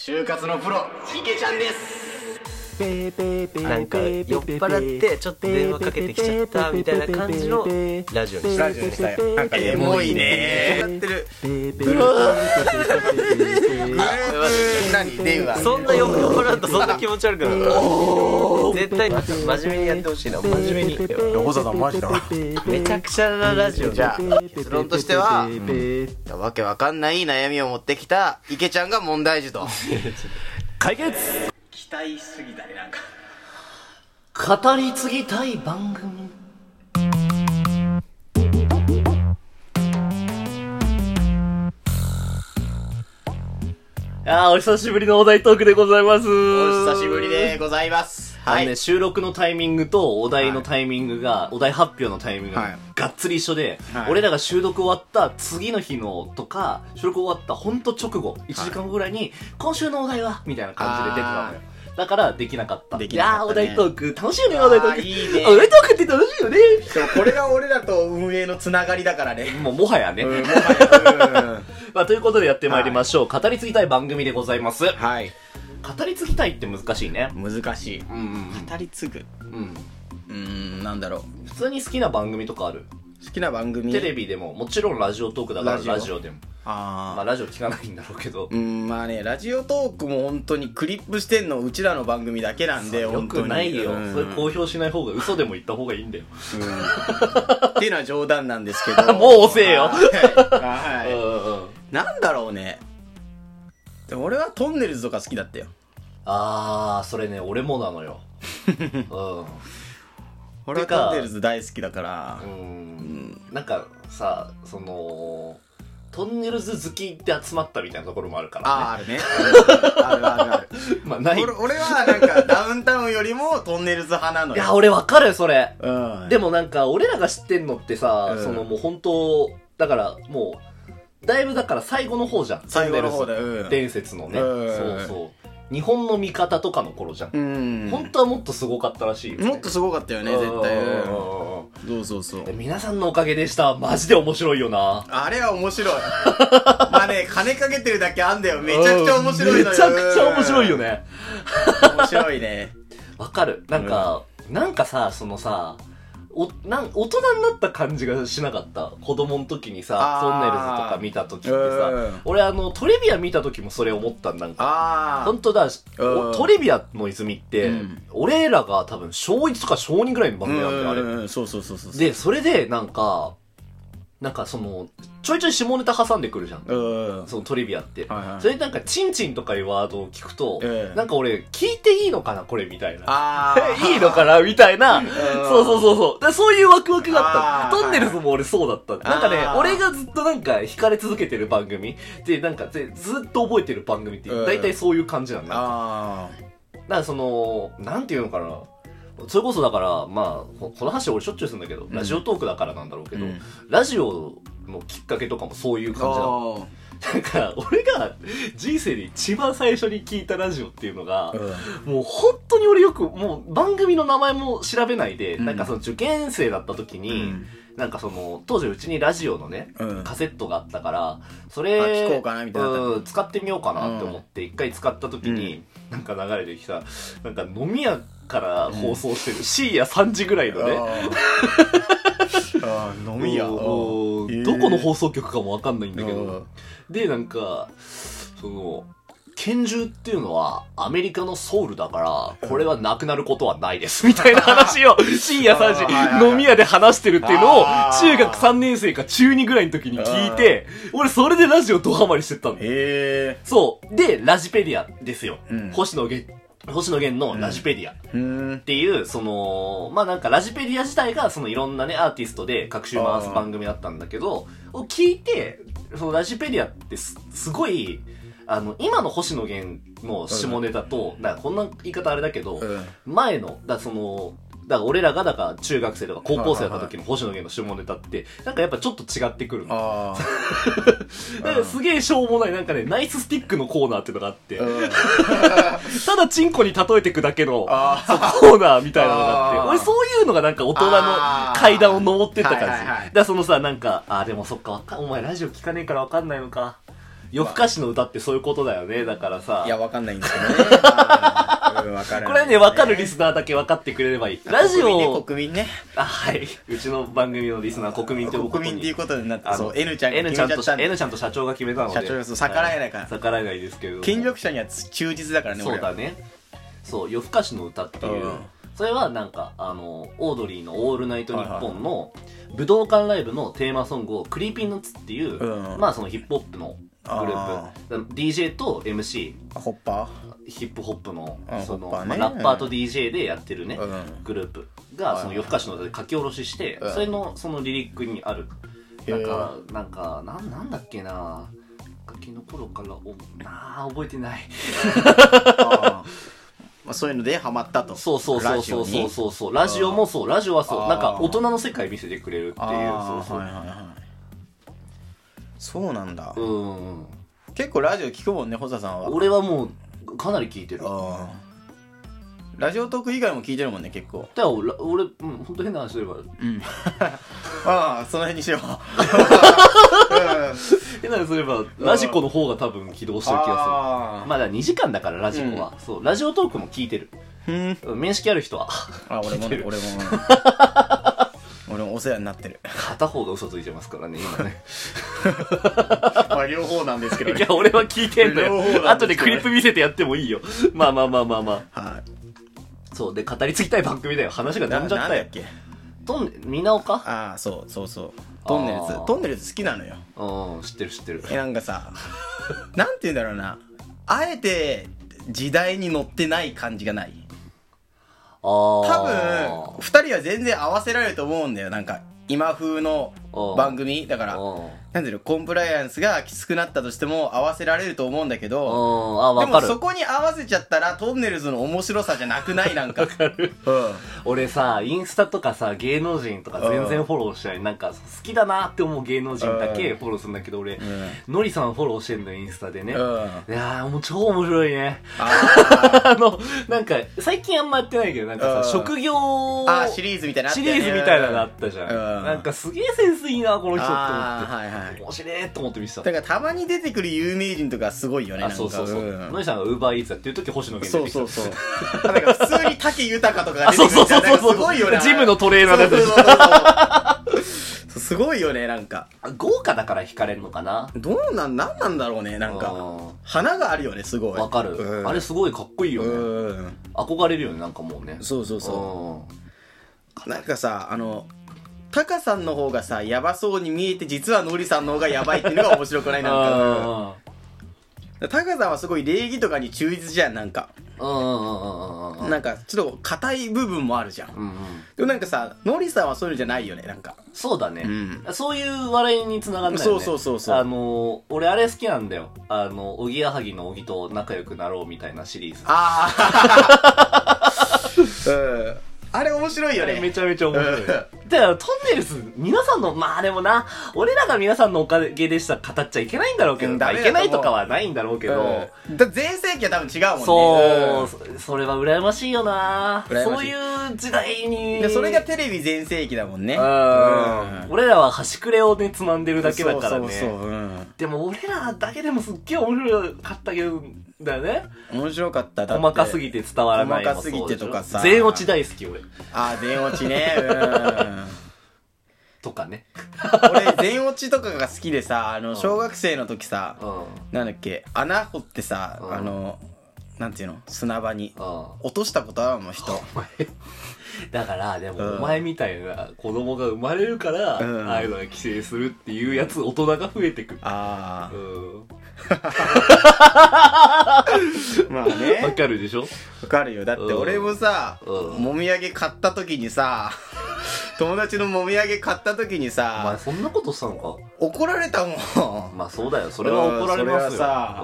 就活のプロ池ちゃんです。 なんか酔っ払ってちょっと電話かけてきちゃったみたいな感じのラジオにしたよ。なんかエモいねやってる。何電話そんな酔っ払うとそんな気持ち悪くなる。絶対真面目にやってほしいな。真面目に横澤さんマジだ。 めちゃくちゃなラジオ。 じゃあ結論としては、わけわかんない悩みを持ってきた池ちゃんが問題児と解決。 期待しすぎたね。なんか語り継ぎたい番組。お久しぶりのお題トークでございます。 お久しぶりでございます。はい。 収録のタイミングとお題のタイミングが、お題発表のタイミングががっつり一緒で、俺らが収録終わった次の日のとか、収録終わったほんと直後、1時間後ぐらいに、今週のお題はみたいな感じで出てたのよ。だからできなかった。いやー、お題トーク楽しいよね。お題トークいいね。 お題トークって楽しいよね。 そう、これが俺らと運営のつながりだからね。 もはやね。まあ、ということでやってまいりましょう。語り継ぎたい番組でございます。 はい。 語り継ぎたいって難しいね。 難しい。語り継ぐ。なんだろう。 普通に好きな番組とかある？ 好きな番組？ テレビでも、もちろんラジオトークだからラジオでも。まあラジオ聞かないんだろうけど。 まあね、ラジオトークも本当にクリップしてんのうちらの番組だけなんで、 よくないよ。それ公表しない方が、嘘でも言った方がいいんだよ。 っていうのは冗談なんですけど。 もう遅えよ。 はい。なんだろうね。俺はトンネルズとか好きだったよ。 それね、俺もなのよ。 俺はトンネルズ大好きだから。 なんかさ、トンネルズ好きで集まったみたいなところもあるからね。 あるね。ある。 まあない。 俺はなんかダウンタウンよりもトンネルズ派なのよ。 いや、俺わかる、それ。 でもなんか、俺らが知ってんのってさ、もう本当だからもう、だいぶだから最後の方じゃん。 最後の方だよ。伝説のね。そうそう。日本の味方とかの頃じゃん。本当はもっとすごかったらしいよね。 もっとすごかったよね、絶対。そう。 皆さんのおかげでした。マジで面白いよな。 あれは面白い。まあね、金かけてるだけあんだよ。めちゃくちゃ面白いのよ。 めちゃくちゃ面白いよね。 面白いね。 わかる。なんかさ、大人になった感じがしなかった。子供の時にさ、トンネルズとか見た時ってさ、俺トリビア見た時もそれ思ったん。なんか、本当だ、トリビアの泉って、俺らが多分小1とか小2ぐらいの番組なんだよ、あれ。 そう。 で、それでちょいちょい下ネタ挟んでくるじゃん。そのトリビアって。それでなんか、チンチンとかいうワードを聞くと、なんか俺、聞いていいのかなこれみたいな。いいのかなみたいな。そう。そういうワクワクがあった。トンネルズも俺そうだった。なんかね、俺がずっとなんか、惹かれ続けてる番組で、なんか、ずっと覚えてる番組って、大体そういう感じなんだ。だからなんていうのかな。それこそだから、まあ、この話俺しょっちゅうするんだけど、ラジオトークだからなんだろうけど、ラジオのきっかけとかもそういう感じなの。なんか、俺が人生で一番最初に聞いたラジオっていうのが、もう本当に俺よく、もう番組の名前も調べないで、なんか受験生だった時に、なんか当時うちにラジオのね、カセットがあったから、それ、 聞こうかなみたいな。 使ってみようかなって思って、一回使った時に、なんか流れてきた、なんか飲み屋から放送してる、深夜3時ぐらいのね、 飲み屋。 どこの放送局かもわかんないんだけど、で、なんか、拳銃っていうのはアメリカのソウルだから、これはなくなることはないです。みたいな話を深夜3時飲み屋で話してるっていうのを中学3年生か中2ぐらいの時に聞いて、俺それでラジオドハマりしてったの。そう。で、ラジペディアですよ。星野源のラジペディアっていう、まあなんかラジペディア自体がいろんなね、アーティストで各週回す番組だったんだけど、を聞いて、ラジペディアってすごい、今の星野源の下ネタと、なんかこんな言い方あれだけど、前の、だから俺らが中学生とか高校生だった時の星野源の下ネタって、なんかやっぱちょっと違ってくるの。なんかすげえしょうもない、なんかね、ナイススティックのコーナーっていうのがあって、ただチンコに例えてくだけのコーナーみたいなのがあって、俺そういうのがなんか大人の階段を登ってった感じ。だからなんか、でもそっか、お前ラジオ聞かねえからわかんないのか。 夜更かしの歌ってそういうことだよね。だからさ。 いや、わかんないんですけどね。わからない。 これね、わかるリスナーだけ分かってくれればいい。ラジオ。 国民ね。 あ、はい。うちの番組のリスナー、国民ということに。 国民っていうことになって、そう、N ちゃんが決めちゃったんで。 N ちゃんと社長が決めたので。 社長が逆らえないから。 逆らえないですけど。 権力者には忠実だからね、 そうだね。そう、夜更かしの歌っていう。それはなんか、オードリーのオールナイトニッポンの武道館ライブのテーマソングをクリーピーナッツっていう、まあそのヒップホップのグループ。DJ と MC。 ホッパーヒップホップの、その、 ねラッパーと DJ でやってるね、グループが、その夜更かしの歌で書き下ろしして、それの、そのリリックにある。なんだっけなガキの頃から覚えてない。 まあそういうのでハマったと。 そう。ラジオもそう。ラジオはそう。なんか大人の世界見せてくれるっていう。 そうなんだ。結構ラジオ聞くもんね、ホサさんは。 俺はもうかなり聞いてる。 ラジオトーク以外も聞いてるもんね、結構。 だから俺、ほんと変な話すれば。 その辺にしよう。 変な話すれば、ラジコの方が多分起動してる気がする。まだ2時間だからラジコは。そう、ラジオトークも聞いてる。面識ある人は。 俺もお世話になってる。 片方が嘘ついてますからね、今ね。 まあ両方なんですけどね。 いや、俺は聞いてんだよ。後でクリップ見せてやってもいいよ。まあ。 はい。 そうで、語り継ぎたい番組だよ。話が飛んじゃったよ。みなおか。 ああ、そう。トンネルズ好きなのよ。 知ってる。 なんかさ、なんて言うんだろうな。あえて時代に乗ってない感じがない。多分2人は全然合わせられると思うんだよ。なんか今風の番組だから、なんていうの、コンプライアンスがきつくなったとしても合わせられると思うんだけど、でもそこに合わせちゃったらトンネルズの面白さじゃなくない？なんか。わかる。 俺さ、インスタとかさ、芸能人とか全然フォローしない。なんか好きだなって思う芸能人だけフォローするんだけど、俺、ノリさんフォローしてんのよ、インスタでね。いやー、もう超面白いね。なんか、最近あんまやってないけど、なんかさ、職業シリーズみたいなシリーズみたいなのあったじゃん。なんかすげえセンスいいな、この人って思って。面白いと思って見てた。 だからたまに出てくる有名人とかすごいよね。 そう。ノリさんがウーバーイーツだっていう時星野源出てきた。 そう。なんか普通に武豊とかが出てくるみたいな。すごいよね。 ジムのトレーナーだったし。すごいよね、なんか。 豪華だから惹かれるのかな。 なんなんだろうね、なんか。花があるよね、すごい。 わかる。あれすごいかっこいいよね。憧れるよね、なんかもうね。 そう。なんかさ、タカさんの方がさ、やばそうに見えて、実はノリさんの方がやばいっていうのが面白くない？なんか。タカさんはすごい礼儀とかに忠実じゃん、なんか。なんか、ちょっと硬い部分もあるじゃん。でもなんかさ、ノリさんはそういうのじゃないよね、なんか。 そうだね。そういう笑いに繋がんないよね。 そう。 俺あれ好きなんだよ。おぎやはぎのおぎと仲良くなろうみたいなシリーズ。あれ面白いよね。 めちゃめちゃ面白い。だからトンネルズ、皆さんの、まあでもな、俺らが皆さんのおかげでしたら語っちゃいけないんだろうけど、いけないとかはないんだろうけど。 全盛期は多分違うもんね。それは羨ましいよな。そういう時代に。 それがテレビ全盛期だもんね。 俺らは端くれをね、つまんでるだけだからね。でも俺らだけでもすっげえ面白かったけど、だよね。 面白かった。 細かすぎて伝わらない。 細かすぎてとかさ。 全落ち大好き俺。 全落ちね。 とかね。 俺、全落ちとかが好きでさ、小学生の時さ、なんだっけ、穴掘ってさ、なんていうの、砂場に落としたことあるの人。 だから、でも、お前みたいな子供が生まれるから、ああいうのが規制するっていうやつ、大人が増えてくる。まあね。 わかるでしょ？ わかるよ。だって俺もさ、もみあげ買った時にさ、友達のもみあげ買った時にさ、 お前そんなことしたのか？ 怒られたもん。 まあそうだよ。それは怒られますよ。 それは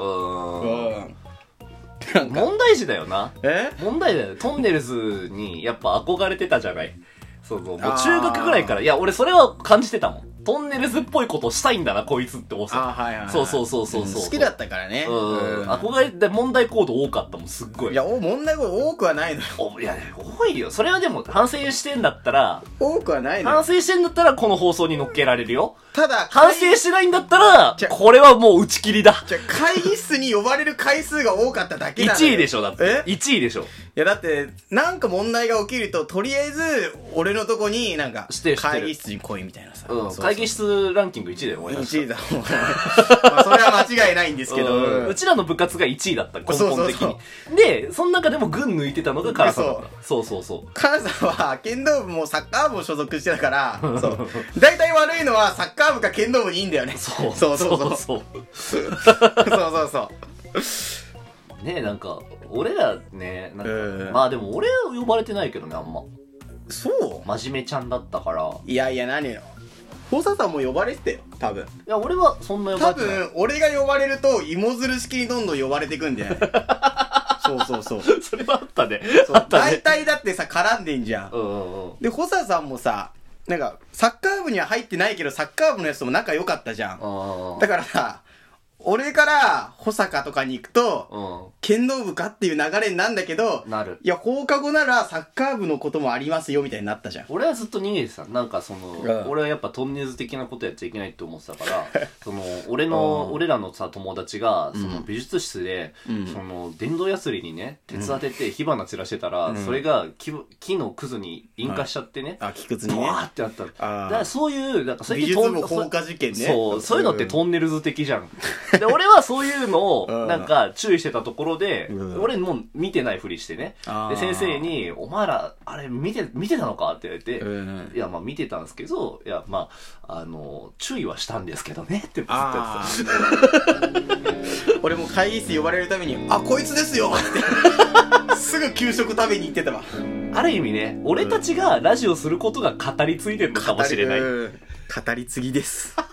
さ、問題児だよな。問題だよ。トンネルズにやっぱ憧れてたじゃない。もう中学ぐらいから、いや俺それは感じてたもん。 トンネルズっぽいことしたいんだな、こいつって思ってた。 はいはい。 そう。好きだったからね。 憧れで問題行動多かったもん、すっごい。 いや、問題行動多くはないのよ。 いや、多いよ。それはでも、反省してんだったら、 多くはないのよ。 反省してんだったら、この放送に乗っけられるよ。 ただ、 反省してないんだったら、これはもう打ち切りだ。 会議室に呼ばれる回数が多かっただけなのよ。 1位でしょ、だって。1位でしょ。 いや、だって、なんか問題が起きると、とりあえず、俺のとこになんか、会議室に来いみたいなさ。 会議室ランキング1位だよ、 1位だ。まあ、それは間違いないんですけど。 うちらの部活が1位だった、根本的に。で、その中でも群抜いてたのがカナさんだった。そう。 カナさんは、剣道部もサッカー部も所属してたから、そう。大体悪いのはサッカー部か剣道部にいいんだよね。そう。 ねえ、なんか、俺らね、なんか、まあでも俺は呼ばれてないけどね、あんま。 そう真面目ちゃんだったから。 いや、何よ。放佐さんも呼ばれてたよ、多分。いや、俺はそんな呼ばれてない。 多分、俺が呼ばれると、芋づる式にどんどん呼ばれてくんだよね。そう。 それはあったね。 大体だってさ、絡んでんじゃん。で、補佐さんもさ、なんか、サッカー部には入ってないけど、サッカー部のやつとも仲良かったじゃん。だからさ、俺から保坂とかに行くと、剣道部かっていう流れになんだけど、いや、放課後ならサッカー部のこともありますよみたいになったじゃん。 俺はずっと逃げてた。なんか俺はやっぱトンネルズ的なことやっちゃいけないって思ってたから、俺らのさ、友達が、美術室で、電動ヤスリにね、鉄当てて火花散らしてたら、それが木のくずに引火しちゃってね、 木くずにね。 バーってなった。だからそういう、なんか美術部放火事件ね。 そういうのってトンネルズ的じゃん。で、俺はそういうのを、なんか、注意してたところで、俺もう見てないふりしてね。で、先生に、お前ら、あれ見てたのかって言われて、いや、まあ見てたんですけど、いや、まあ、注意はしたんですけどね、ってずっと言ってた。俺も会議室呼ばれるために、こいつですよって、すぐ給食食べに行ってたわ。 ある意味ね、俺たちがラジオすることが語り継いでるのかもしれない。 語り継ぎです。